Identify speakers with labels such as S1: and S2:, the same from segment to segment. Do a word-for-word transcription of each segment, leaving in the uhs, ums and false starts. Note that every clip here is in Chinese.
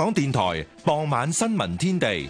S1: 港電台傍晚新聞天地。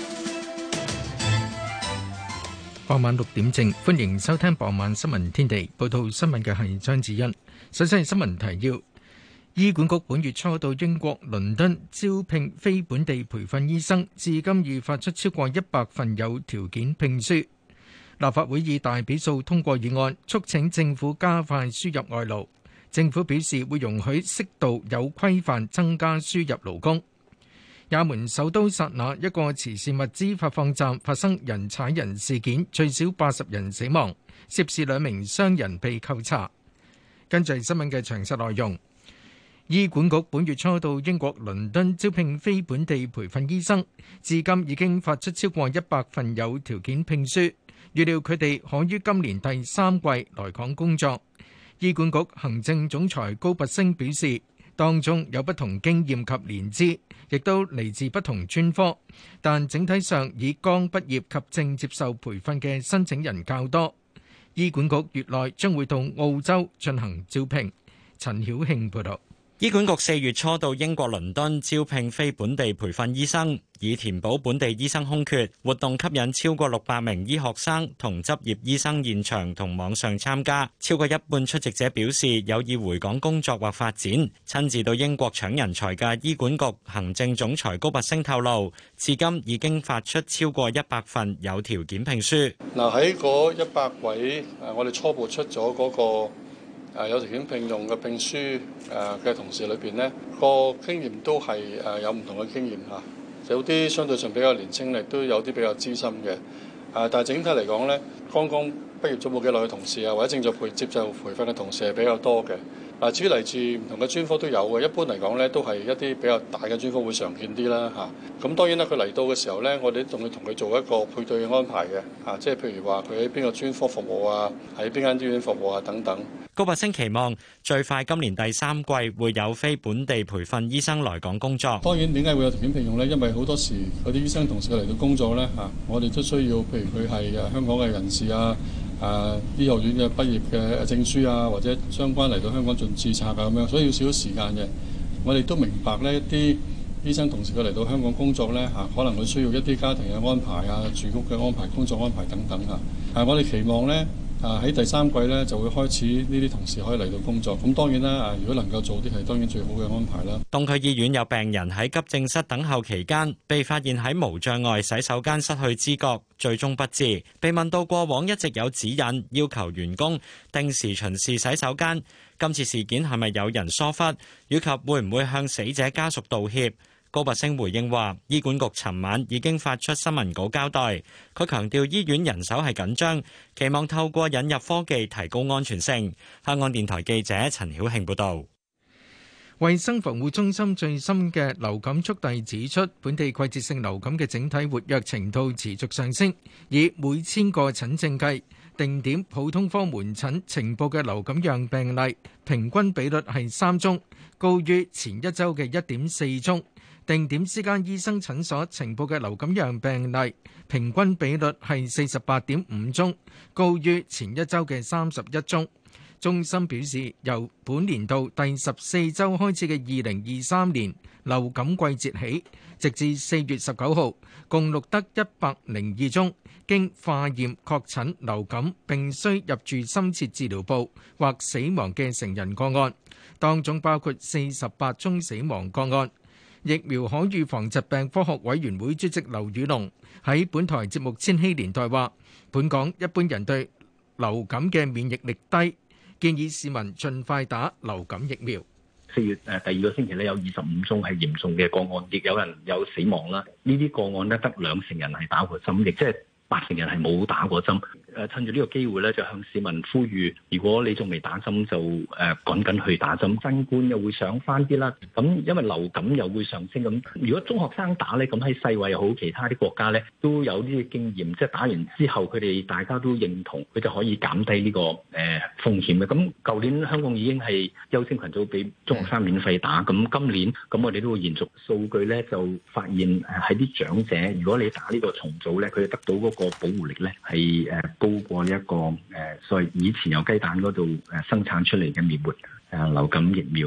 S2: 傍晚六點正，歡迎收聽傍晚新聞天地。報道新聞嘅係張子欣。首先係新聞提要：醫管局本月初到英國倫敦招聘非本地培訓醫生，至今已發出超過一百份有條件聘書。立法會以大比數通過議案，促請政府加快輸入外勞。政府表示會容許適度有規範增加輸入勞工。也門首都薩那一個慈善物資發放站發生人踩人事件，最少八十人死亡，涉事兩名商人被扣查。跟住新聞嘅詳細內容，醫管局本月初到英國倫敦招聘非本地培訓醫生，至今已經發出超過一百份有條件聘書，預料佢哋可於今年第三季來港工作。醫管局行政總裁高拔陞表示，當中有不同經驗及年資，亦都嚟自不同專科，但整體上以剛畢業及正接受培訓嘅申請人較多。醫管局月內將會到澳洲進行招聘。陳曉慶報導。
S3: 醫管局四月初到英國倫敦招聘非本地培訓醫生，以填補本地醫生空缺。活動吸引超過六百名醫學生同執業醫生現場同網上參加，超過一半出席者表示有意回港工作或發展。親自到英國搶人才嘅醫管局行政總裁高拔陞透露，至今已經發出超過一百份有條件聘書。
S4: 嗱，喺嗰一百位誒，我哋初步出咗嗰個誒有條件聘用嘅聘書誒嘅同事裏邊呢，個經驗都係誒有唔同嘅經驗嚇，有啲相對上比較年輕，亦都有啲比較資深嘅。誒，但係整體嚟講呢，剛剛畢業咗冇幾耐嘅同事啊，或者正在培接受培訓嘅同事係比較多嘅。嗱，至於嚟自唔同嘅專科都有嘅，一般嚟講呢，都係一啲比較大嘅專科會常見啲啦嚇。咁當然啦，佢嚟到嘅時候呢，我哋仲要同佢做一個配對嘅安排嘅嚇，即係譬如話佢喺邊個專科服務啊，喺邊間醫院服務啊等等。
S3: 高拔陞期望最快今年第三季會有非本地培訓醫生來港工作。
S4: 當然點解會有條件聘用呢？因為好多時嗰啲醫生同事嚟到工作呢，嚇，我哋都需要，譬如佢係誒香港嘅人士啊。誒醫學院嘅畢業嘅證書啊，或者相關嚟到香港進註冊啊咁樣，所以要少少時間嘅。我哋都明白呢啲醫生同事佢嚟到香港工作呢，嚇，可能佢需要一啲家庭嘅安排啊、住屋嘅安排、工作安排等等嚇。誒，我哋期望呢，啊喺第三季呢就會開始呢啲同事可以嚟到工作。咁當然啦，啊如果能夠做啲係當然最好嘅安排啦。
S3: 東區醫院有病人喺急症室等候期間，被發現喺無障礙洗手間失去知覺，最終不治。被問到過往一直有指引要求員工定時巡視洗手間，今次事件係咪有人疏忽，以及會唔會向死者家屬道歉？高拔陞回應話，醫管局尋晚已經發出新聞稿交代。佢強調醫院人手係緊張，期望透過引入科技提高安全性。香港電台記者陳曉慶報導。
S2: 衛生防護中心最新嘅流感速遞指出，本地季節性流感嘅整體活躍程度持續上升，以每千個診症計，定點普通科門診呈報嘅流感樣病例平均比率係三宗，高於前一週嘅一點四宗。定點私家醫生診所呈報嘅流感樣病例平均比率係四十八點五宗，高於前一週嘅三十一宗。中心表示，由本年度第十四週開始嘅二零二三年流感季節起，直至四月十九號，共錄得一百零二宗經化驗確診流感並需入住深切治療部或死亡嘅成人個案，當中包括四十八宗死亡個案。疫苗可預防疾病科學委員會主席劉宇龍喺本台節目《千禧年代》話，本港一般人對流感嘅免疫力低，建議市民盡快打流感疫苗。
S5: 四月誒第二個星期咧，有二十五宗係嚴重嘅個案，亦有人有死亡啦。呢啲個案咧，得兩成人係打過針，亦即係八成人係冇打過針。誒趁住呢個機會咧，就向市民呼籲，如果你仲未打針，就誒趕緊去打針。新冠又會上翻啲啦，咁因為流感又會上升咁。如果中學生打咧，咁喺世衛又好，其他啲國家咧都有呢啲經驗，即係打完之後佢哋大家都認同，佢就可以減低呢個誒風險嘅。咁舊年香港已經係優先群組俾中學生免費打，咁今年咁我哋都會延續數據咧，就發現誒喺啲長者，如果你打呢個重組咧，佢哋得到嗰個保護力咧係誒高過一個誒，所謂以前由雞蛋嗰度誒生產出嚟嘅滅活誒流感疫苗嘅。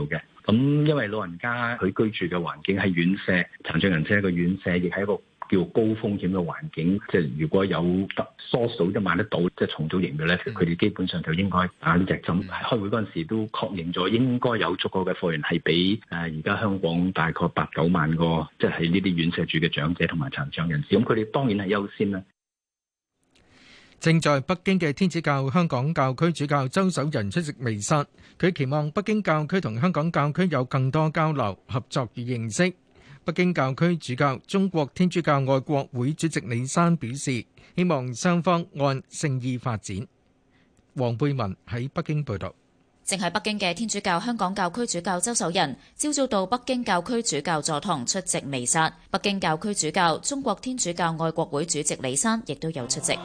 S5: 咁因為老人家佢居住嘅環境係院舍，殘障人士一個院舍，亦係一個叫高風險嘅環境。即係如果有得疏導即係買得到，即係重組疫苗咧，佢哋基本上就應該打呢隻針。喺開會嗰陣時都確認咗，應該有足夠嘅貨源係俾誒而家香港大概八九萬個，即係喺呢啲院舍住嘅長者同埋殘障人士。咁佢哋當然係優先啦。
S2: 正在北京嘅天主教香港教區主教周守仁出席彌撒，佢期望北京教區同香港教區有更多交流、合作與認識。北京教區主教、中國天主教愛國會主席李山表示，希望雙方按誠意發展。黃貝文喺北京報道。
S6: 正喺北京嘅天主教香港教區主教周守仁，朝早到北京教區主教座堂出席彌撒。北京教區主教、中國天主教愛國會主席李山亦都有出席。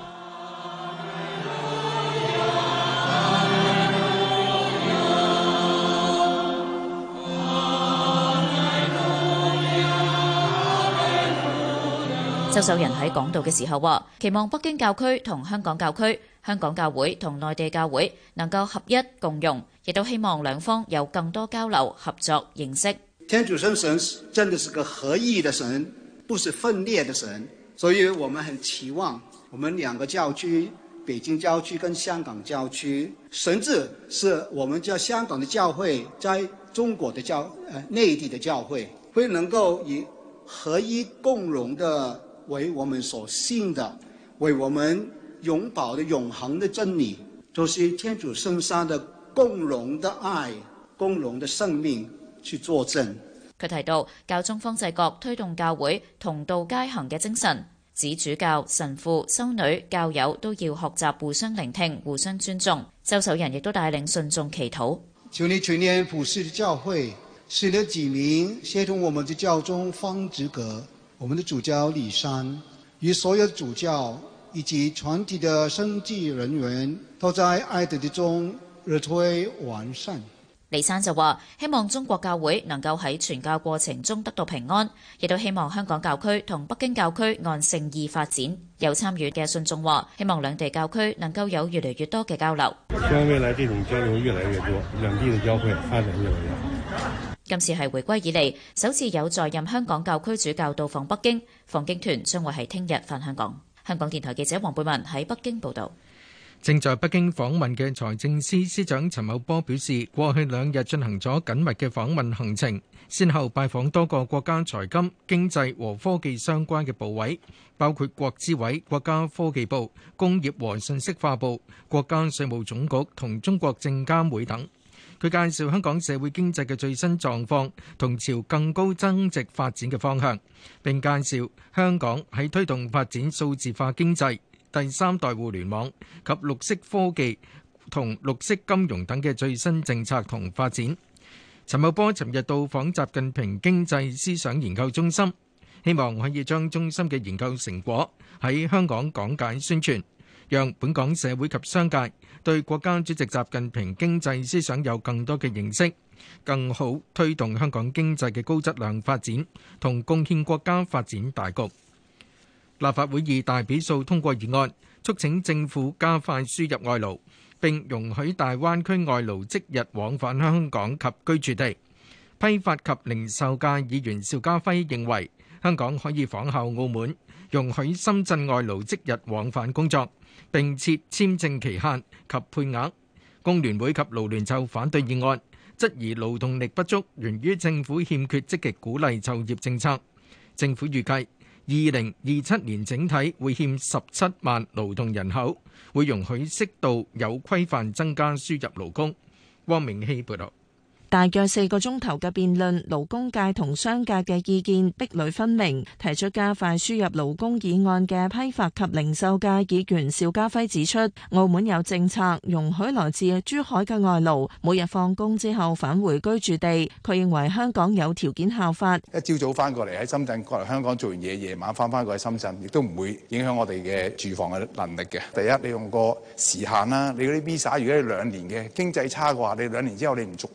S6: 周守仁喺講道嘅時候話，期望北京教區同香港教區、香港教會同內地教會能夠合一共融，亦都希望兩方有更多交流、合作、認識。
S7: 天主聖神真的是個合一的神，不是分裂的神，所以我們很期望我們兩個教區，北京教區跟香港教區，甚至是我們叫香港的教會在中國的教呃內地的教會，會能夠以合一共融的為我們所信的，為我們永保的永恆的真理，就是天主聖三的共融的愛、共融的生命去作證。
S6: 佢提到教宗方濟各推動教會同道偕行嘅精神，指主教、神父、修女、教友都要學習互相聆聽、互相尊重。周守仁亦都帶領信眾祈禱，
S7: 求你全年普世的教會，使得幾名協同我們的教宗方濟各、我們的主教李山與所有主教以及全體的聖職人員都在愛德中日推完善。
S6: 李山就話，希望中國教會能夠喺傳教過程中得到平安，亦都希望香港教區同北京教區按誠意發展。有參與嘅信眾話，希望兩地教區能夠有越嚟越多嘅交流。
S8: 希望未來這種交流越來越多，兩地嘅教會發展越來越好。
S6: 今次係回歸以嚟首次有在任香港教區主教到訪北京，訪京團將會係聽日返香港。香港電台記者黃貝文喺北京報導。
S2: 正在北京訪問嘅財政司司長陳茂波表示，過去兩日進行咗緊密嘅訪問行程，先後拜訪多個國家財金、經濟和科技相關嘅部委，包括國資委、國家科技部、工業和信息化部、國家稅務總局同中國證監會等。佢介紹香港社會經濟嘅最新狀況同朝更高增值發展嘅方向，並介紹香港喺推動發展數字化經濟、第三代互聯網及綠色科技同綠色金融等嘅最新政策同發展。陳茂波尋日到訪習近平經濟思想研究中心，希望可以將中心嘅研究成果喺香港講解宣傳，讓本港社會及商界對國家主席習近平經濟思想有更多嘅認識，更好推動香港經濟嘅高質量發展同貢獻國家發展大局。立法會以大比數通過議案，促請政府加快輸入外勞，並容許大灣區外勞即日往返香港及居住地。批發及零售界議員邵家輝認為，香港可以仿效澳門，容許深圳外勞即日往返工作，並設簽證期限及配額。工聯會及勞聯就反對議案，質疑勞動力不足源於政府欠缺積極鼓勵就業政策。政府預計二零二七年整體會欠十七萬勞動人口，會容許適度有規範增加輸入勞工。汪明希報導。
S9: 大約四個鐘頭嘅辯論，勞工界同商界嘅意見壁壘分明。提出加快輸入勞工議案嘅批發及零售界議員邵家輝指出，澳門有政策容許來自珠海嘅外勞每日放工之後返回居住地。佢認為香港有條件效法，
S10: 一朝早翻過嚟喺深圳過嚟香港做完嘢，夜晚翻翻過去深圳，亦都唔會影響我哋嘅住房嘅能力嘅。第一，你用個時限啦，你嗰啲 visa 如果你兩年嘅經濟差嘅話，你兩年之後你唔續俾佢。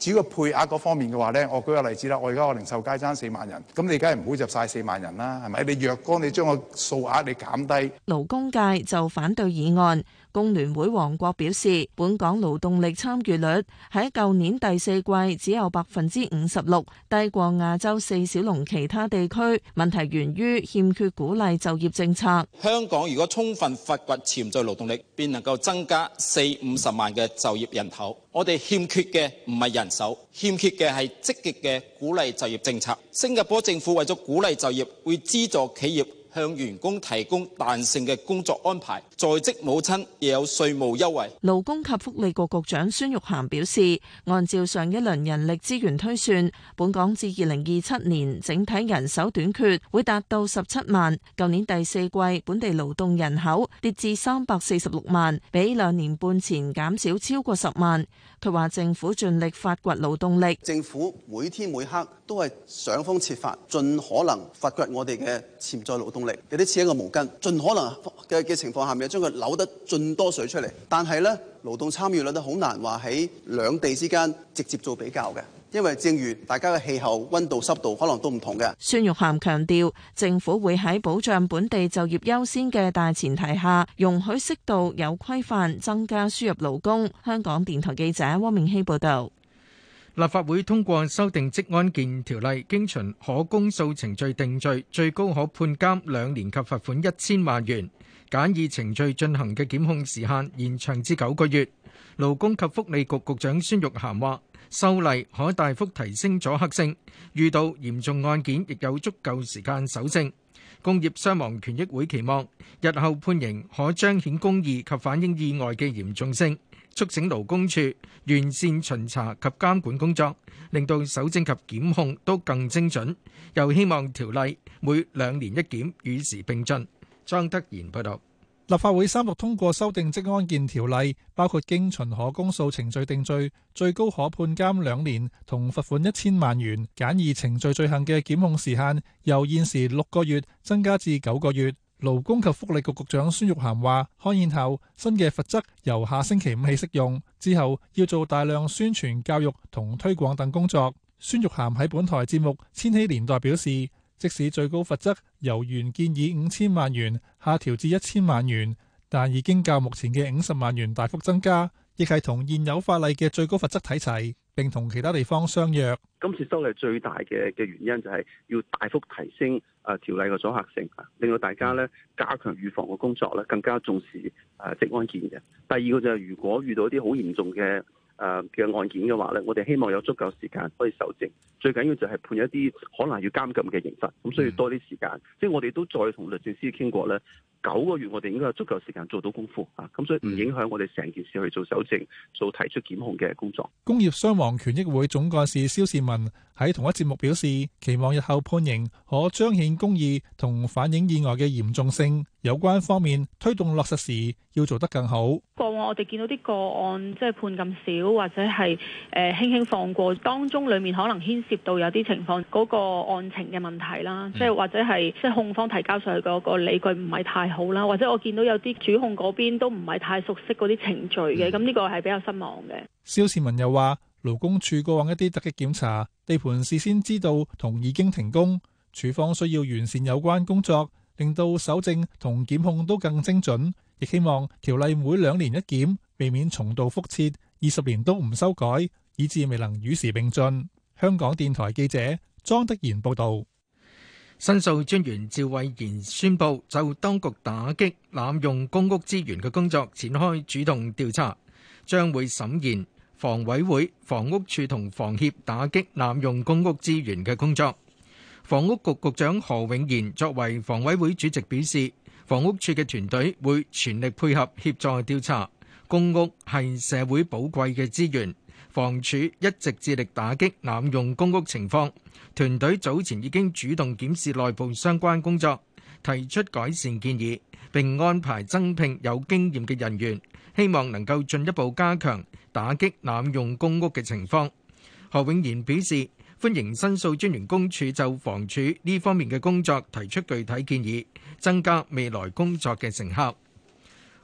S10: 至於個配額嗰方面嘅話咧，我舉個例子啦，我而家我零售街爭四萬人，咁你梗係唔好入晒四萬人啦，係咪？你若干你將個數額你減低。
S9: 勞工界就反對議案。工聯會黃國表示，本港勞動力參與率喺舊年第四季只有百分之五十六，低過亞洲四小龍其他地區。問題源於欠缺鼓勵就業政策。
S11: 香港如果充分發掘潛在勞動力，便能夠增加四五十萬嘅就業人口。我哋欠缺嘅唔係人手，欠缺嘅係積極嘅鼓勵就業政策。新加坡政府為咗鼓勵就業，會資助企業向員工提供彈性嘅工作安排，在職母親亦有稅務優惠。
S9: 勞工及福利局局長孫玉菡表示，按照上一輪人力資源推算，本港至二零二七年整體人手短缺會達到十七萬。舊年第四季本地勞動人口跌至三百四十六萬，比兩年半前減少超過十萬。佢話政府盡力發掘勞動力，
S12: 政府每天每刻都係想方設法，盡可能發掘我哋嘅潛在勞動力，有啲似一個毛巾，盡可能嘅嘅情況下面將佢扭得盡多水出嚟。但係呢，勞動參與率都好難話喺兩地之間直接做比較嘅。因為正如大家嘅氣候、溫度、濕度可能都唔同嘅。
S9: 孫玉菡強調，政府會喺保障本地就業優先嘅大前提下，容許適度有規範增加輸入勞工。香港電台記者汪明希報導。
S2: 立法會通過修訂職安健條例，經循可公訴程序定罪，最高可判監兩年及罰款一千萬元。簡易程序進行嘅檢控時限延長至九個月。勞工及福利局局長孫玉菡話，修例可大幅提升阻嚇性，遇到嚴重案件亦有足夠時間搜證。工業傷亡權益會期望日後判刑可彰顯公義及反映意外嘅嚴重性，促請勞工處完善巡查及監管工作，令到搜證及檢控都更精準。又希望條例每兩年一檢，與時並進。莊德賢報導。
S13: 立法會三讀通過修訂職安健條例，包括經循可公訴程序定罪，最高可判監兩年同罰款一千萬元。簡易程序罪行嘅檢控時限由現時六個月增加至九個月。勞工及福利局局長孫玉菡話，刊憲後新嘅罰則由下星期五起適用，之後要做大量宣傳教育同推廣等工作。孫玉菡喺本台節目《千禧年代》表示，即使最高罰則由原建議五千萬元下調至一千萬元，但已經較目前嘅五十萬元大幅增加，亦係同現有法例嘅最高罰則睇齊，並同其他地方相若。
S14: 今次修例最大嘅嘅原因就係要大幅提升誒條例嘅阻嚇性，令到大家咧加強預防嘅工作咧，更加重視誒職安健嘅。第二個就係如果遇到一啲好嚴重嘅誒嘅案件嘅話咧，我哋希望有足夠時間可以搜證。最緊要就係判一啲可能要監禁嘅刑罰，咁需要多啲時間。嗯、即係我哋都再同律政司傾過咧，九個月我哋應該有足夠時間做到功夫啊，咁所以唔影響我哋成件事去做搜證、做提出檢控嘅工作。
S13: 工業傷亡權益會總幹事蕭倩文喺同一節目表示，期望日後判刑可彰顯公義同反映意外嘅嚴重性，有關方面推動落實時要做得更好。
S15: 過往我哋見到啲個案即係判咁少，或者係誒輕輕放過，當中裡面可能牽涉到有啲情況嗰個案情嘅問題啦，即係或者係即係控方提交上去嗰個理據唔係太好啦，或者我見到有啲主控嗰邊都唔係太熟悉嗰啲程序嘅，咁呢個係比較失望嘅。
S13: 蕭倩文又話，勞工處過往一啲突擊檢查，地盤事先知道同已經停工，處方需要完善有關工作，令到搜證同檢控都更精準，亦希望條例每兩年一檢，避免重蹈覆轍，二十年都唔修改，以致未能與時並進。香港電台記者莊德賢報導。
S2: 申訴專員趙慧賢宣布，就當局打擊濫用公屋資源嘅工作展開主動調查，將會審研房委會、房屋署同房協打擊濫用公屋資源嘅工作。房屋局局長何永賢作為房委會主席表示，房屋署嘅團隊會全力配合協助調查。公屋係社會寶貴嘅資源，房署一直致力打擊濫用公屋情況。團隊早前已經主動檢視內部相關工作，提出改善建議，並安排增聘有經驗嘅人員，希望能夠進一步加強打擊濫用公屋嘅情況。何永賢表示，歡迎申訴專員公署就房署呢方面嘅工作提出具體建議，增加未來工作嘅成效。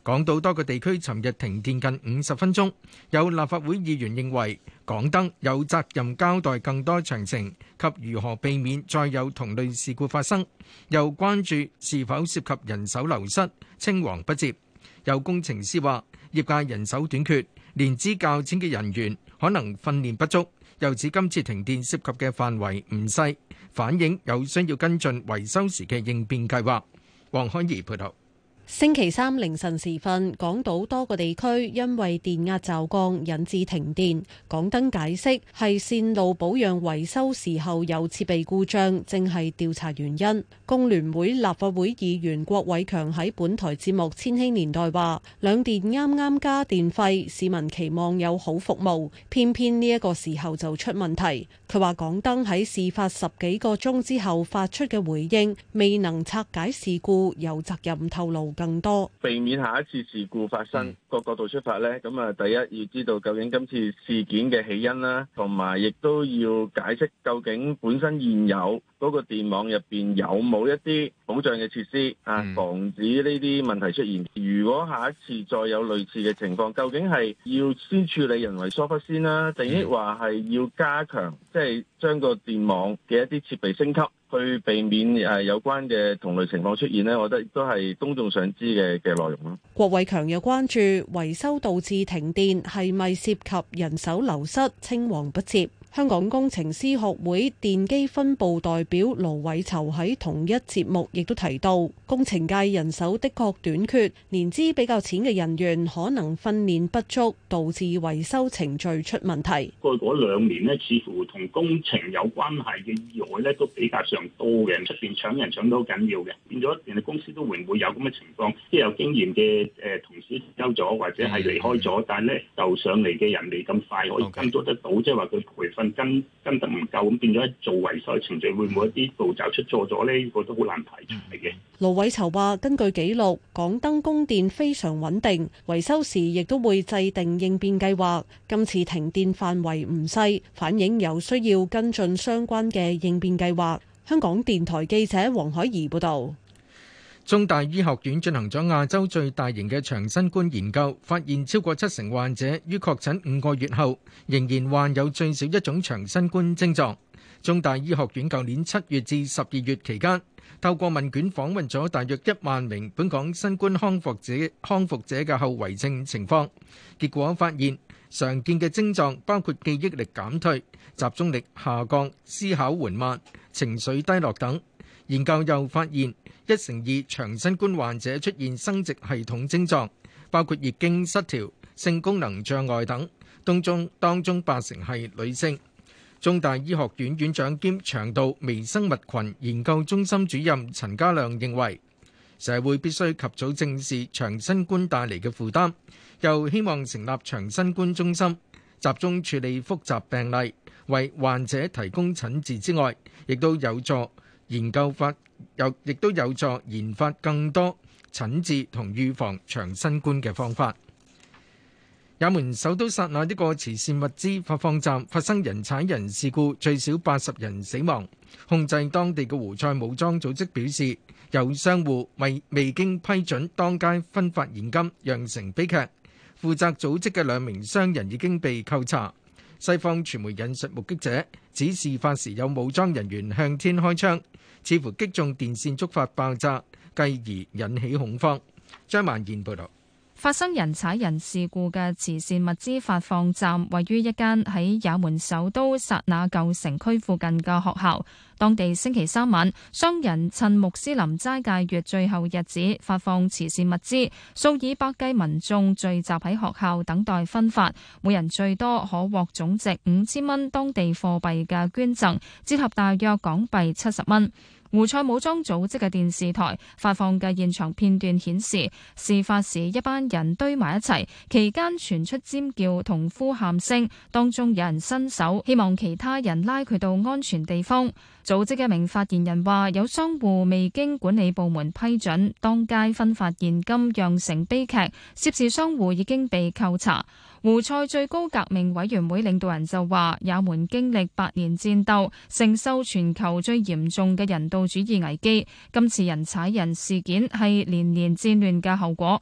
S2: 港島多個地區尋日停電近五十分鐘，有立法會議員認為港燈有責任交代更多詳情及如何避免再有同類事故發生，又關注是否涉及人手流失，青黃不接。有工程師話業界人手短缺，年資較淺嘅人員可能訓練不足，又指今次停電涉及嘅範圍唔細，反映有需要跟進維修時嘅應變計劃。黃海怡報道。
S16: 星期三凌晨時分，港島多個地區因為電壓驟降引致停電。港燈解釋係線路保養維修時候有設備故障，正係調查原因。工聯會立法會議員郭偉強喺本台節目《千禧年代》話：兩電啱啱加電費，市民期望有好服務，偏偏呢一個時候就出問題。佢話港燈喺事發十幾個鐘之後發出嘅回應，未能拆解事故，有責任透露更多，
S17: 避免下一次事故發生。個角度出發呢，咁啊，第一要知道究竟今次事件嘅起因啦，同埋亦都要解釋究竟本身現有嗰個電網入邊有冇一啲保障嘅設施啊，防止呢啲問題出現。如果下一次再有類似嘅情況，究竟係要先處理人為疏忽先啦，定抑或係要加強，即係將個電網嘅一啲設備升級，去避免誒有關嘅同類情況出現呢？我覺得都係公眾想知嘅嘅內容咯。
S16: 郭偉強又關注維修導致停電係咪涉及人手流失，青黃不接。香港工程師學會電機分部代表盧偉籌喺同一節目亦都提到，工程界人手的確短缺，年資比較淺嘅人員可能訓練不足，導致維修程序出問題。
S18: 過去嗰兩年呢，似乎同工程有關係嘅意外呢都比較上多嘅，出邊搶人搶到好緊要嘅，變咗電力公司都會唔會有咁嘅情況，即係有經驗嘅誒同事休咗或者係離開咗，但係咧就上嚟嘅人未咁快可以跟咗得到，即係話佢培訓跟跟得唔夠，咁變咗做維修程序會唔會一啲步驟出錯咗呢？呢個都好難排除嘅。
S16: 盧偉籌話：根據記錄，港燈供電非常穩定，維修時亦都會制定應變計劃。今次停電範圍唔細，反映有需要跟進相關嘅應變計劃。香港電台記者黃海怡報導。
S2: 中大醫學院進行咗亞洲最大型嘅長新冠研究，發現超過七成患者於確診五個月後，仍然患有最少一種長新冠症狀。中大醫學院舊年七月至十二月期間，透過問卷訪問咗大約一萬名本港新冠康復者康復者嘅後遺症情況，結果發現常見嘅症狀包括記憶力減退、集中力下降、思考緩慢、情緒低落等。研究又發現，一成二長新冠患者出現生殖系統症狀，包括月經失調、性功能障礙等，當中當中八成係女性。中大醫學院院長兼腸道微生物群研究中心主任陳家亮認為，社會必須及早正視長新冠帶嚟嘅負擔，又希望成立長新冠中心，集中處理複雜病例，為患者提供診治之外，亦都有助研究法又亦都有助研發更多診治同預防長新冠嘅方法。也門首都薩那一個慈善物資發放站發生人踩人事故，最少八十人死亡。控制當地嘅胡塞武裝組織表示，有商戶未未經批准當街分發現金，釀成悲劇。負責組織嘅兩名商人已經被扣查。西方傳媒引述目擊者指，事發時有武裝人員向天開槍，似乎擊中電線觸發爆炸，繼而引起恐慌。張曼燕報導。
S19: 發生人踩人事故嘅慈善物資發放站位於一間喺也門首都薩那舊城區附近嘅學校。當地星期三晚，商人趁穆斯林齋戒月最後日子發放慈善物資，數以百計民眾聚集喺學校等待分發，每人最多可獲總值五千蚊當地貨幣嘅捐贈，折合大約港幣七十蚊。胡塞武裝組織嘅電視台發放嘅現場片段顯示，事發時一班人堆埋一齊，期間傳出尖叫同呼喊聲，當中有人伸手希望其他人拉佢到安全地方。組織嘅一名發言人話，有商戶未經管理部門批准當街分發現金，釀成悲劇，涉事商戶已經被扣查。胡塞最高革命委員會領導人就話，也門經歷八年戰鬥，承受全球最嚴重嘅人道主義危機，今次人踩人事件係連年戰亂嘅後果。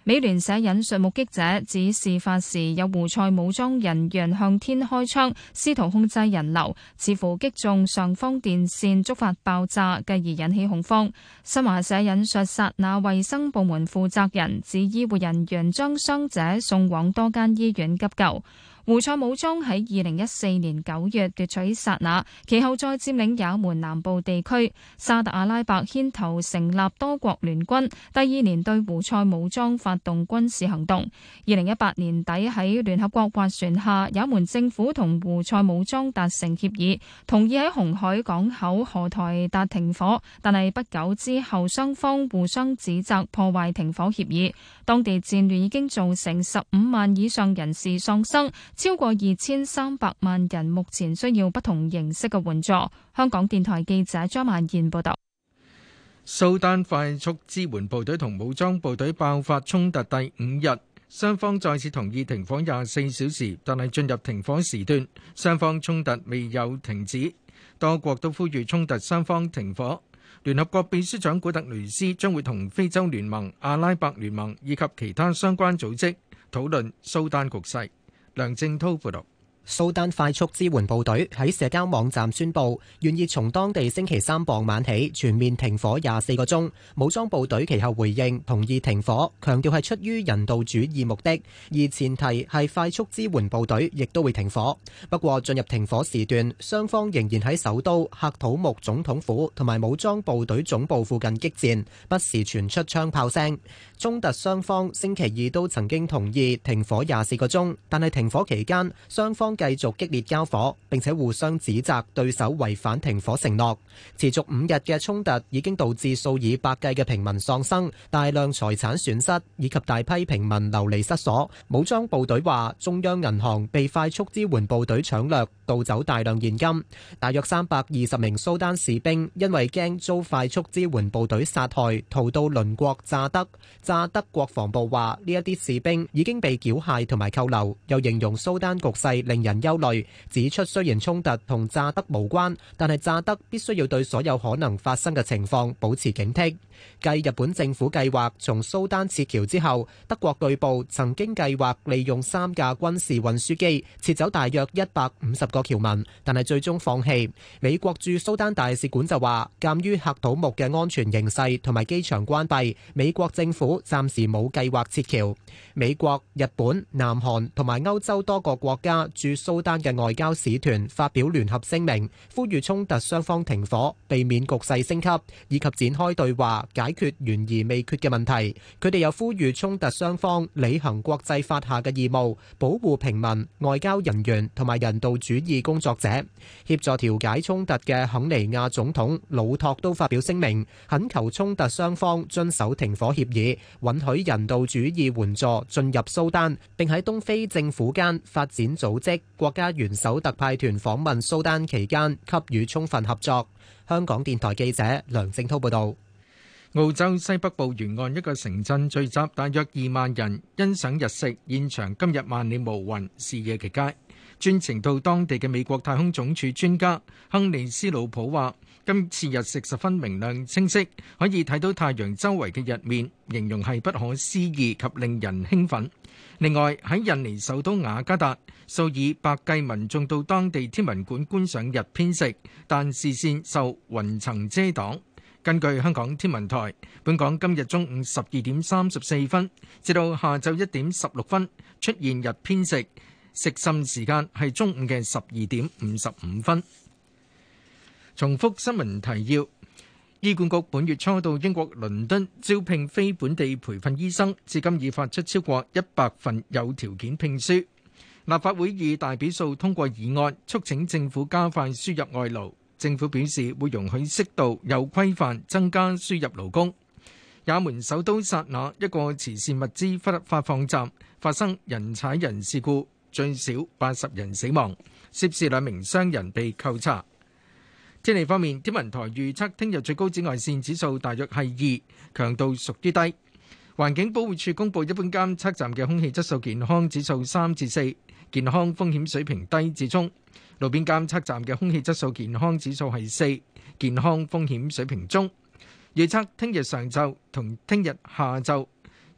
S19: 美聯社引述目擊者指，事發時有胡塞武裝人員向天開槍，試圖控制人流，似乎擊中上方電線，觸發爆炸，繼而引起恐慌。新華社引述薩那衛生部門負責人指，醫護人員將傷者送往多間醫院急救。胡塞武裝喺二零一四年九月奪取薩那，其後再佔領也門南部地區。沙特阿拉伯牽頭成立多國聯軍，第二年對胡塞武裝發動軍事行動。二零一八年底喺聯合國斡旋下，也門政府同胡塞武裝達成協議，同意喺紅海港口荷台達停火，但係不久之後雙方互相指責破壞停火協議。當地戰亂已經造成十五萬以上人士喪生，超過二千三百萬人目前需要不同形式嘅援助。香港電台記者張曼燕報道。
S2: 蘇丹快速支援部隊同武裝部隊爆發衝突第五日，雙方再次同意停火廿四小時，但係進入停火時段，雙方衝突未有停止。多國都呼籲衝突雙方停火。聯合國秘書長古特雷斯將會同非洲聯盟、阿拉伯聯盟以及其他相關組織討論蘇丹局勢。梁正滔報導。
S20: 蘇丹快速支援部隊喺社交網站宣布，願意從當地星期三傍晚起全面停火廿四個鐘。武裝部隊其後回應同意停火，強調係出於人道主義目的，而前提係快速支援部隊亦都會停火。不過進入停火時段，雙方仍然喺首都喀土穆總統府同埋武裝部隊總部附近激戰，不時傳出槍炮聲。衝突雙方星期二都曾經同意停火廿四個鐘，但係停火期間雙方繼續激烈交火，並且互相指責對手違反停火承諾。持續五日嘅衝突已經導致數以百計嘅平民喪生，大量財產損失，以及大批平民流離失所。武裝部隊話，中央銀行被快速支援部隊搶掠，盜走大量現金。大約三百二十名蘇丹士兵因為驚遭快速支援部隊殺害，逃到鄰國乍得。乍得國防部話，呢一啲士兵已經被繳械同埋扣留，又形容蘇丹局勢令人憂慮，指出雖然衝突同乍得無關，但係乍得必須要對所有可能發生嘅情況保持警惕。繼日本政府計劃從蘇丹撤僑之後，德國據報曾經計劃利用三架軍事運輸機撤走大約一百五十個僑民，但係最終放棄。美國駐蘇丹大使館就話，鑑於喀土穆嘅安全形勢同埋機場關閉，美國政府暫時冇計劃撤僑。美國、日本、南韓同埋歐洲多個國家駐蘇丹嘅外交使團發表聯合聲明，呼籲衝突雙方停火，避免局勢升級，以及展開對話，解決懸而未決嘅問題。佢哋又呼籲衝突雙方履行國際法下嘅義務，保護平民、外交人員同埋人道主義工作者。協助調解衝突嘅肯尼亞總統魯托都發表聲明，懇求衝突雙方遵守停火協議，允許人道主義援助進入蘇丹，並喺東非政府間發展組織國家元首特派團訪問蘇丹期間給予充分合作。香港電台記者梁正滔報導。
S2: 澳洲西北部沿岸一個城鎮聚集大約二萬人欣賞日食，現場今日萬里無雲，視野極佳。專程到當地嘅美國太空總署專家亨利斯魯普話，今次日食十分明亮清晰，可以睇到太陽周圍嘅日面，形容係不可思議及令人興奮。另外喺印尼首都雅加達，數以百計民眾到當地天文館觀賞日偏食，但視線受雲層遮擋。根據香港天文台，本港今日中午十二點三十四分至到下晝一點十六分出現日偏食，食甚時間係中午嘅十二點五十五分。重複新聞提要：醫管局本月初到英國倫敦招聘非本地培訓醫生，至今已發出超過一百份有條件聘書。立法會以大比數通過議案，促請政府加快輸入外勞。政府表示會容許適度有規範增加輸入勞工。也門首都薩那一個慈善物資發放站發生人踩人事故，最少八十人死亡，涉事兩名商人被扣查。天氣方面，天文台預測聽日最高紫外線指數大約係二，強度屬於低。環境保護署公布一般監測站嘅空氣質素健康指數三至四，健康風險水平低至中。路邊監測站嘅空氣質素健康指數係四，健康風險水平中。預測聽日上晝同聽日下晝，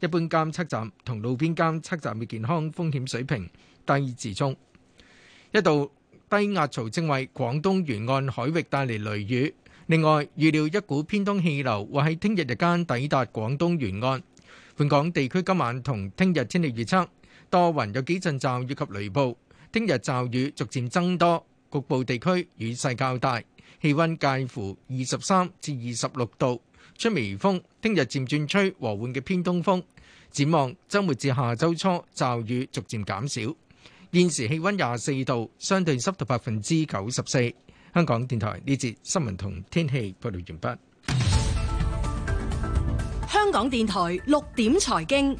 S2: 一般監測站同路邊監測站嘅健康風險水平低至中。一道低壓槽正為廣東沿岸海域帶嚟雷雨，另外預料一股偏東氣流會喺聽日日間抵達廣東沿岸。本港地區今晚同聽日天氣預測多雲，有幾陣驟雨及雷暴，聽日驟雨逐漸增多，局部地區雨勢較大，氣溫介乎二十三至二十六度，吹微風，聽日漸轉吹和緩嘅偏東風。展望週末至下週初驟雨逐漸減少。現時氣溫廿四度，相對濕度百分之九十四。香港電台呢節新聞同天氣報道完畢。
S21: 香港電台六點財經，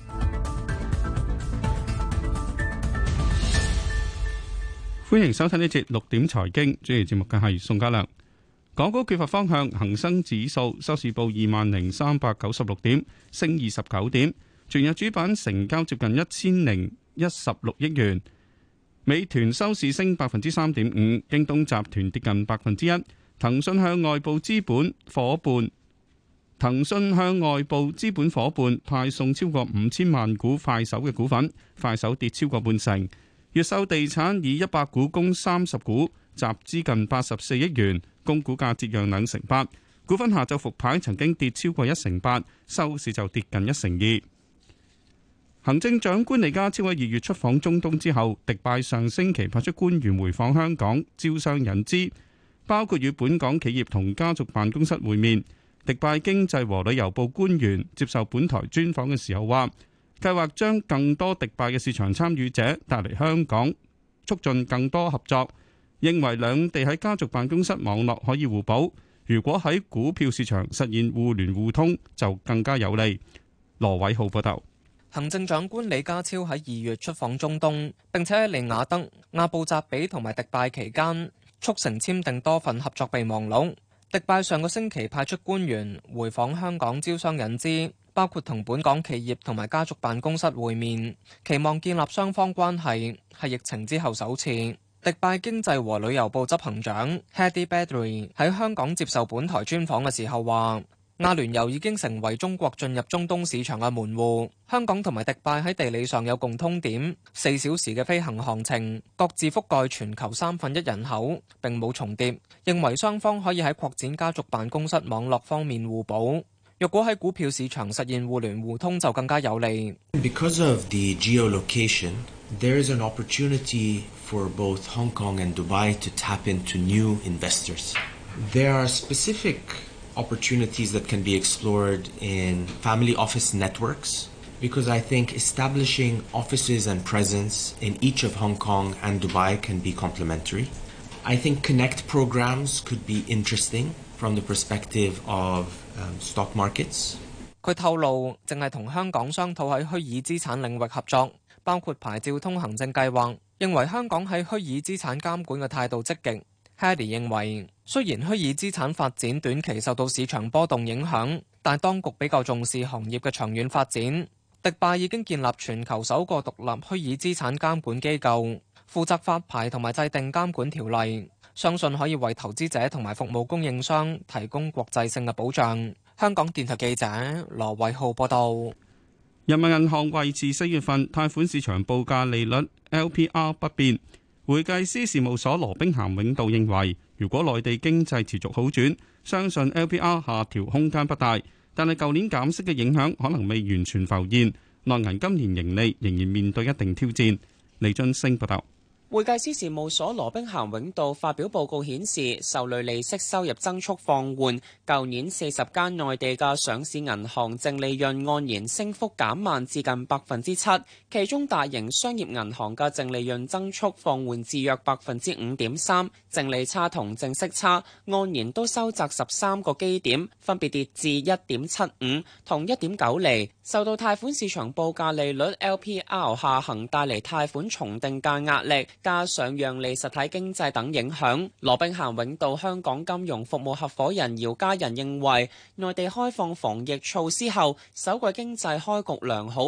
S22: 歡迎收聽呢節六點財經，主持節目嘅係宋家良。港股缺乏方向，恒生指數收市報二萬零三百九十六點，升二十九點。全日主板成交接近一千零一十六億元。美團收市升百分之三點五，京東集團跌近百分之一。騰訊向外部資本伙伴，騰訊向外部資本伙伴派送超過五千萬股快手嘅股份，快手跌超過半成。越秀地產以一百股供三十股，集資近八十四億元，供股價折讓兩成八。股份下晝復牌曾經跌超過一成八，收市就跌近一成二。行政長官李家超喺二月出訪中東之後，迪拜上星期派出官員回訪香港，招商引資，包括與本港企業同家族辦公室會面。迪拜經濟和旅遊部官員接受本台專訪嘅時候話，計劃將更多迪拜嘅市場參與者帶嚟香港，促進更多合作。認為兩地喺家族辦公室網絡可以互補，如果喺股票市場實現互聯互通，就更加有利。羅偉浩報道。
S23: 行政長官李家超喺二月出訪中東，並且喺利雅得、阿布扎比同埋迪拜期間，促成簽訂多份合作備忘錄。迪拜上個星期派出官員回訪香港招商引資，包括同本港企業同埋家族辦公室會面，期望建立雙方關係，係疫情之後首次。迪拜經濟和旅遊部執行長 Hadi Badri 喺香港接受本台專訪嘅時候話，阿聯酋已經成為中國進入中東市場嘅門戶，香港同埋迪拜喺地理上有共通點，四小時嘅飛行航程，各自覆蓋全球三分一人口，並冇重疊。認為雙方可以喺擴展家族辦公室網絡方面互補。若果喺股票市場實現互聯互通，就更加有利。
S24: Because of the geolocation, there is an opportunity for both Hong Kong and Dubai to tap into new investors. There are specific opportunities that can be explored in family office networks, because I think establishing offices and presence in each of Hong Kong and Dubai can be complementary. I think Connect programs could be interesting from the perspective of um, stock markets.
S23: 佢透露，正係同香港商討喺虛擬資產領域合作，包括牌照通行證計劃，認為香港喺虛擬資產監管嘅態度積極。Hadi 認為，雖然虛擬資產發展短期受到市場波動影響，但當局比較重視行業嘅長遠發展。迪拜已經建立全球首個獨立虛擬資產監管機構，負責發牌同埋制定監管條例，相信可以為投資者同埋服務供應商提供國際性嘅保障。香港電台記者羅偉浩報道。
S22: 人民銀行維持四月份貸款市場報價利率 L P R 不變。會計師事務所羅兵咸永道認為，如果內地經濟持續好轉，相信 L P R 下調空間不大，但係舊年減息嘅影響可能未完全浮現，內銀今年盈利仍然面對一定挑戰。李津升報道。
S25: 會計師事務所羅兵咸永道發表報告顯示，受累利息收入增速放緩，舊年四十間內地嘅上市銀行淨利潤按年升幅減慢至近百分之七，其中大型商業銀行嘅淨利潤增速放緩至約百分之五點三，淨利差同淨息差按年都收窄十三個基點，分別跌至一點七五同一點九厘。受到貸款市場報價利率 L P R 下行帶嚟貸款重定價壓力，加上讓利實體經濟等影響，羅兵咸永道香港金融服務合夥人姚嘉仁認為，內地開放防疫措施後，首季經濟開局良好。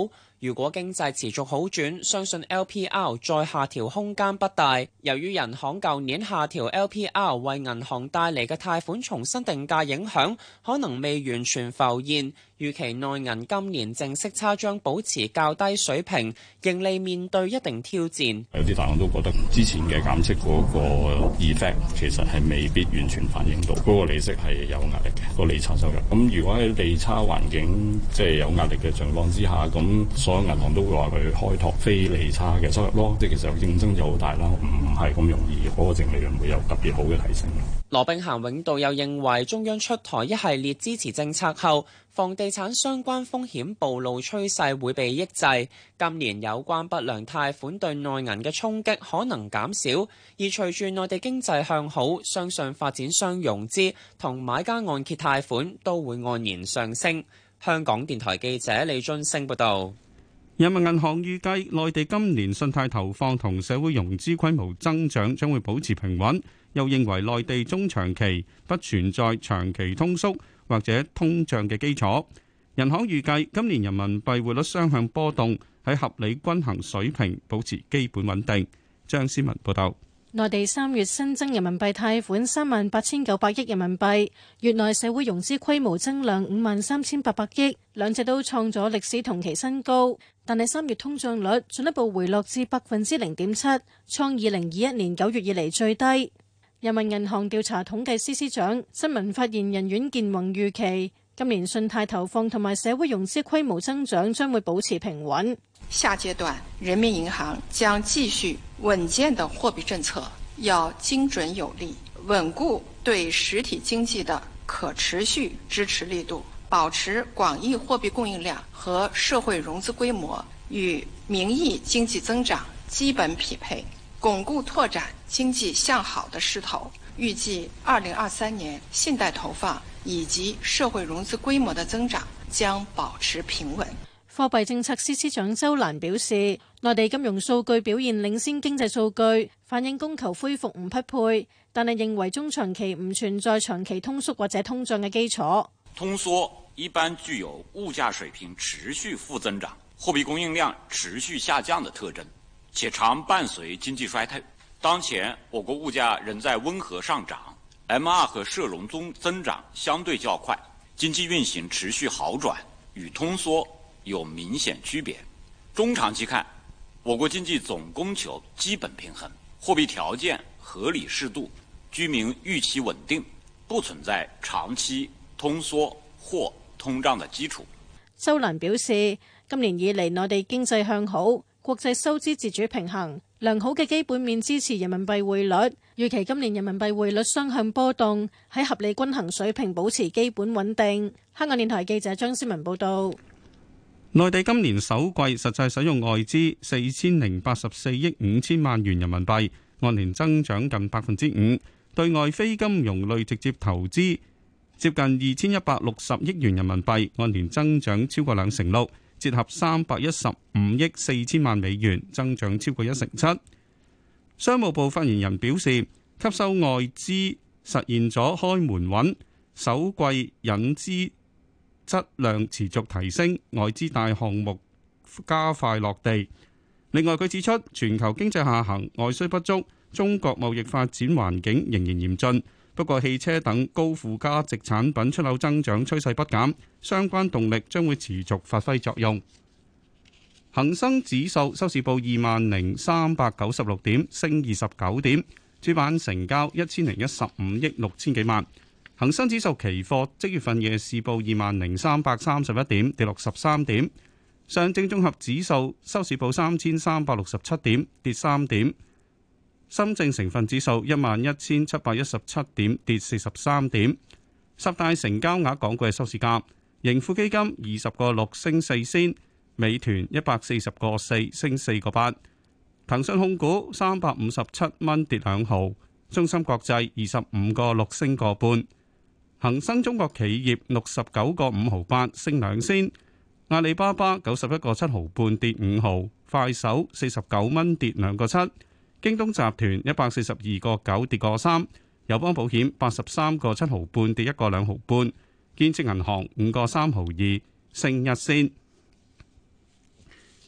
S25: 如果經濟持續好轉，相信 L P R 再下調空間不大。由於人行舊年下調 L P R 為銀行帶嚟嘅貸款重新定價影響，可能未完全浮現。預期內銀今年淨息差將保持較低水平，盈利面對一定挑戰。
S1: 有啲大行都覺得之前嘅減息嗰個 effect 其實係未必完全反映到，嗰個利息係有壓力嘅，個利差收入。咁如果喺利差環境即係有壓力嘅情況之下，咁所有銀行都會話佢開拓非利差嘅收入咯。即係其實競爭就好大啦，唔係咁容易嗰個淨利潤會有特別好嘅提升。
S25: 羅兵咸永道又認為，中央出台一系列支持政策後，房地產相關風險暴露趨勢會被抑制，今年有關不良貸款對內銀嘅衝擊可能減少，而隨住內地經濟向好，相信發展商融資同買家按揭貸款都會按年上升。香港電台記者李津升報道。
S22: 人民銀行預計內地今年信貸投放同社會融資規模增長將會保持平穩，又認為內地中長期不存在長期通縮或者通脹嘅基礎。人行預計今年人民幣匯率雙向波動，喺合理均衡水平保持基本穩定。張思文報道。
S3: 內地三月新增人民幣貸款三萬八千九百億人民幣，月內社會融資規模增量五萬三千八百億，兩者都創咗歷史同期新高。但係三月通脹率進一步回落至百分之零點七，創二零二一年九月以嚟最低。人民銀行調查統計司司長、新聞發言人阮建宏預期，今年信貸投放同埋社會融資規模增長將會保持平穩。
S4: 下階段，人民銀行將繼續穩健的貨幣政策，要精準有力，穩固對實體經濟的可持續支持力度，保持廣義貨幣供應量和社會融資規模與名義經濟增長基本匹配，鞏固拓展經濟向好的勢頭。預計二零二三年信貸投放以及社會融資規模的增長將保持平穩。
S3: 貨幣政策司司長周蘭表示，內地金融數據表現領先經濟數據，反映供求恢復唔匹配，但係認為中長期唔存在長期通縮或者通脹嘅基礎。
S5: 通縮一般具有物價水平持續負增長、貨幣供應量持續下降的特徵，且常伴隨經濟衰退。當前我國物價仍在溫和上漲 ，M 二 和社融中增長相對較快，經濟運行持續好轉，與通縮有明顯區別。中長期看，我國經濟總供求基本平衡，貨幣條件合理適度，居民預期穩定，不存在長期通縮或通脹的基礎。
S3: 周蘭表示，今年以嚟內地經濟向好，國際收支自主平衡，良好嘅基本面支持人民幣匯率。預期今年人民幣匯率雙向波動，喺合理均衡水平保持基本穩定。香港電台記者張思文報道。
S22: 內地今年首季實際使用外資四千零八十四億五千萬元人民幣，按年增長近百分之五。對外非金融類直接投資接近二千一百六十億元人民幣，按年增長超過兩成六，折合三百一十五億四千萬美元，增長超過一成七。商務部發言人表示，吸收外資實現咗開門穩，首季引資質量持續提升，外資大項目加快落地。另外，佢指出，全球經濟下行，外需不足，中國貿易發展環境仍然嚴峻。不過，汽車等高附加值產品出口增長趨勢不減，相關動力將會持續發揮作用。恒生指數收市報二萬零三百九十六點，升二十九點，主板成交一千零一十五億六千幾萬。恒生指數期貨即月份夜市報二萬零三百三十一點，跌六十三點。上證綜合指數收市報三千三百六十七點，跌三點。深證成分指數一萬一千七百一十七點，跌四十三點。十大成交額港股嘅收市價：盈富基金二十個六升四仙，美團一百四十個四升四個八，騰訊控股三百五十七蚊跌兩毫，中芯國際二十五個六升個半。恒生中國企業六十九個五毫八升兩仙，阿里巴巴九十一個七毫半跌五毫，快手四十九蚊跌兩個七，京東集團一百四十二個九跌個三，友邦保險八十三個七毫半跌一個兩毫半，建設銀行五個三毫二升一仙。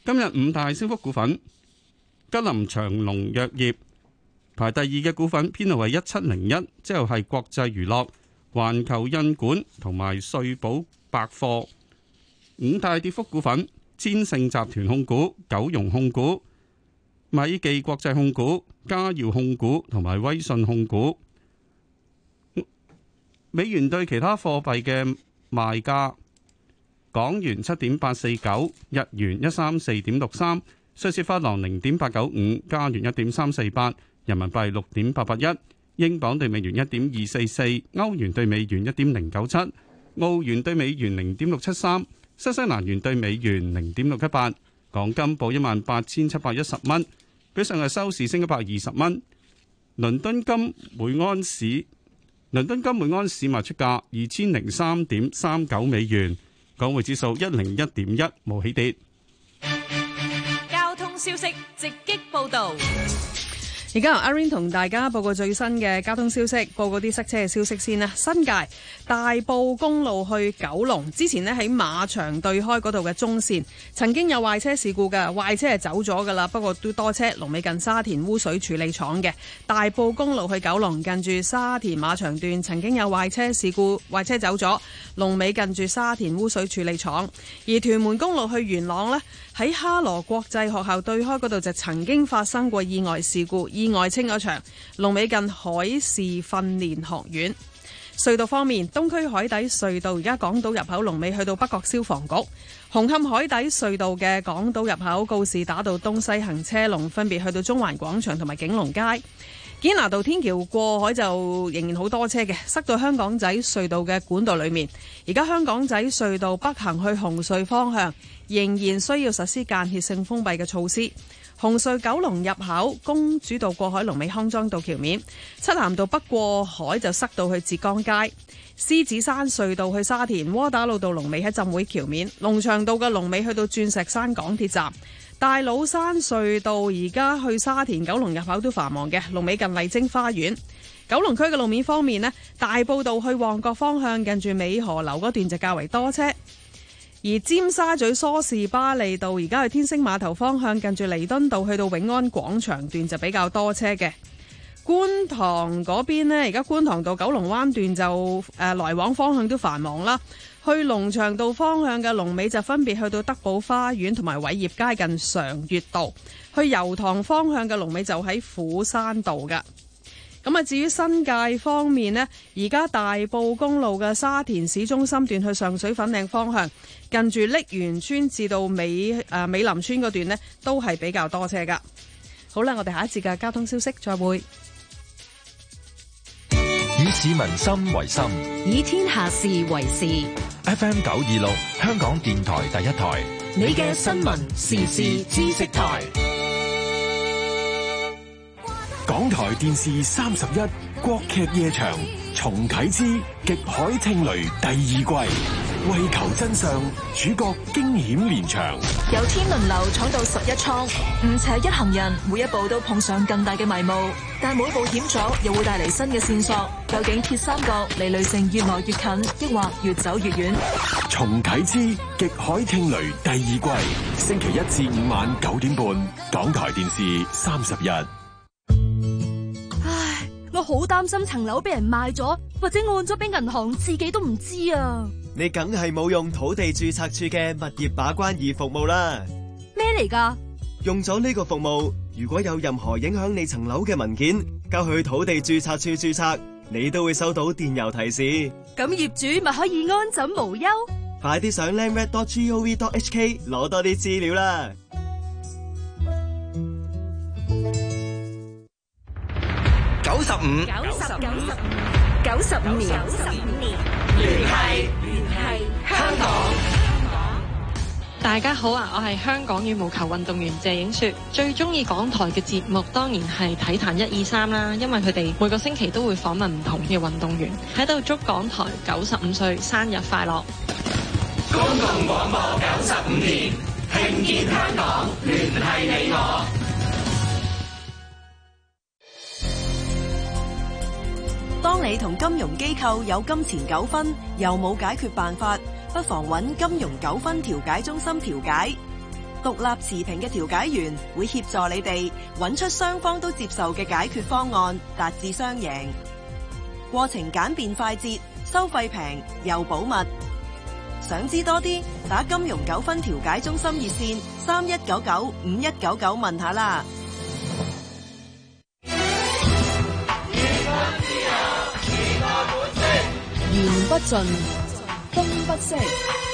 S22: 今日五大升幅股份，吉林長隆藥業排第二嘅股份編號係一七零一，之後係國際娛樂、環球印管同埋瑞寶百貨。五大跌幅股份，千盛集團控股、九融控股、米記國際控股、嘉耀控股同埋威信控股。美元對其他貨幣嘅賣價：港元七點八四九，日元一三四點六三，瑞士法郎零點八九五，加元一點三四八，人民幣六點八八一，英鎊對美元一點二四四，歐元對美元一點零九七，澳元對美元零點六七三，新西蘭元對美元零點六一八。港金報一萬八千七百一十蚊，比上日收市升一百二十蚊。倫敦金每盎司倫敦金每盎司賣出價二千零三點三九美元，港匯指數一零一點一，冇起跌。
S21: 交通消息直擊報道。
S6: 而家由阿 Rain 同大家報告最新嘅交通消息，報告啲塞車嘅消息先啦。新界大埔公路去九龍之前呢，喺馬場對開嗰度嘅中線曾經有壞車事故嘅，壞車係走咗噶啦，不過都多車。龍尾近沙田污水處理廠嘅大埔公路去九龍近住沙田馬場段曾經有壞車事故，壞車走咗，龍尾近住沙田污水處理廠。而屯門公路去元朗呢，喺哈羅國際學校對開嗰度就曾經發生過意外事故，意外清咗場，龍尾近海事訓練學院。隧道方面，東區海底隧道而家港島入口龍尾去到北角消防局，紅磡海底隧道嘅港島入口告士打道東西行車龍分別去到中環廣場同埋景隆街。堅拿道天橋過海就仍然好多車嘅，塞到香港仔隧道嘅管道裏面。而家香港仔隧道北行去紅隧方向仍然需要實施間歇性封閉嘅措施。紅隧九龍入口公主道過海龍尾康莊道橋面，漆咸道北過海就塞到去浙江街。獅子山隧道去沙田窩打老道龍尾喺浸會橋面，龍翔道嘅龍尾去到鑽石山港鐵站。大老山隧道而家去沙田九龍入口都繁忙嘅，龍尾近麗晶花園。九龍區嘅路面方面呢，大埔道去旺角方向近住美荷樓嗰段就較為多車。而尖沙咀梳士巴利道而家去天星碼頭方向近住彌敦道去到永安廣場段就比較多車嘅。觀塘嗰邊呢，而家觀塘道九龍灣段就誒、呃、來往方向都繁忙啦。去龍翔道方向嘅龍尾就分別去到德寶花園同埋偉業街近常悅道。去油塘方向嘅龍尾就喺虎山道噶。咁啊，至於新界方面呢，而家大埔公路嘅沙田市中心段去上水粉嶺方向，近住瀝源村至到美誒、呃、美林村嗰段呢，都係比較多車噶。好啦，我哋下一節嘅交通消息再會。
S7: 以市民心為心，
S21: 以天下事為事。
S7: F M 九二六，香港電台第一台，
S21: 你嘅新聞時事知識台。
S7: 港台電視三十一國劇夜場重啟之極海聽雷第二季，為求真相，主角驚險連場。
S21: 由天輪流闖到十一倉，吳邪一行人每一步都碰上更大嘅迷霧，但每步險阻又會帶嚟新嘅線索。究竟鐵三角離雷城越來越近，抑或越走越遠？
S7: 重啟之極海聽雷第二季，星期一至五晚九點半，港台電視三十一。
S21: 我好擔心層樓俾人賣咗，或者按咗俾銀行，自己都唔知啊！
S8: 你梗係冇用土地註冊處嘅物業把關易服務啦。
S21: 咩嚟㗎？
S8: 用咗呢個服務，如果有任何影響你層樓嘅文件，交去土地註冊處註冊，你都會收到電郵提示。
S21: 咁業主咪可以安枕無憂？
S8: 快啲上 landreg dot gov dot hk 攞多啲資料啦！
S7: 九十五，
S21: 九十九十五，九十五年，九十五年，聯繫聯繫香港。
S10: 大家好啊，我係香港羽毛球運動員謝影雪，最中意港台嘅節目當然係體壇一二三啦，因為佢哋每個星期都會訪問唔同嘅運動員，喺度祝港台九十五歲生日快樂。
S7: 公共廣播九十五年，慶建香港，聯繫你我。
S21: 當你同金融機構有金錢糾紛，又冇解決辦法，不妨揾金融糾紛調解中心調解。個
S9: 獨立持平嘅調解員會協助你哋揾出雙方都接受嘅解決方案，達至雙贏。過程簡便快捷，收費平又保密。想知多啲，打金融糾紛調解中心熱線三一九九五一九九問下啦。
S21: 言不盡，風不息。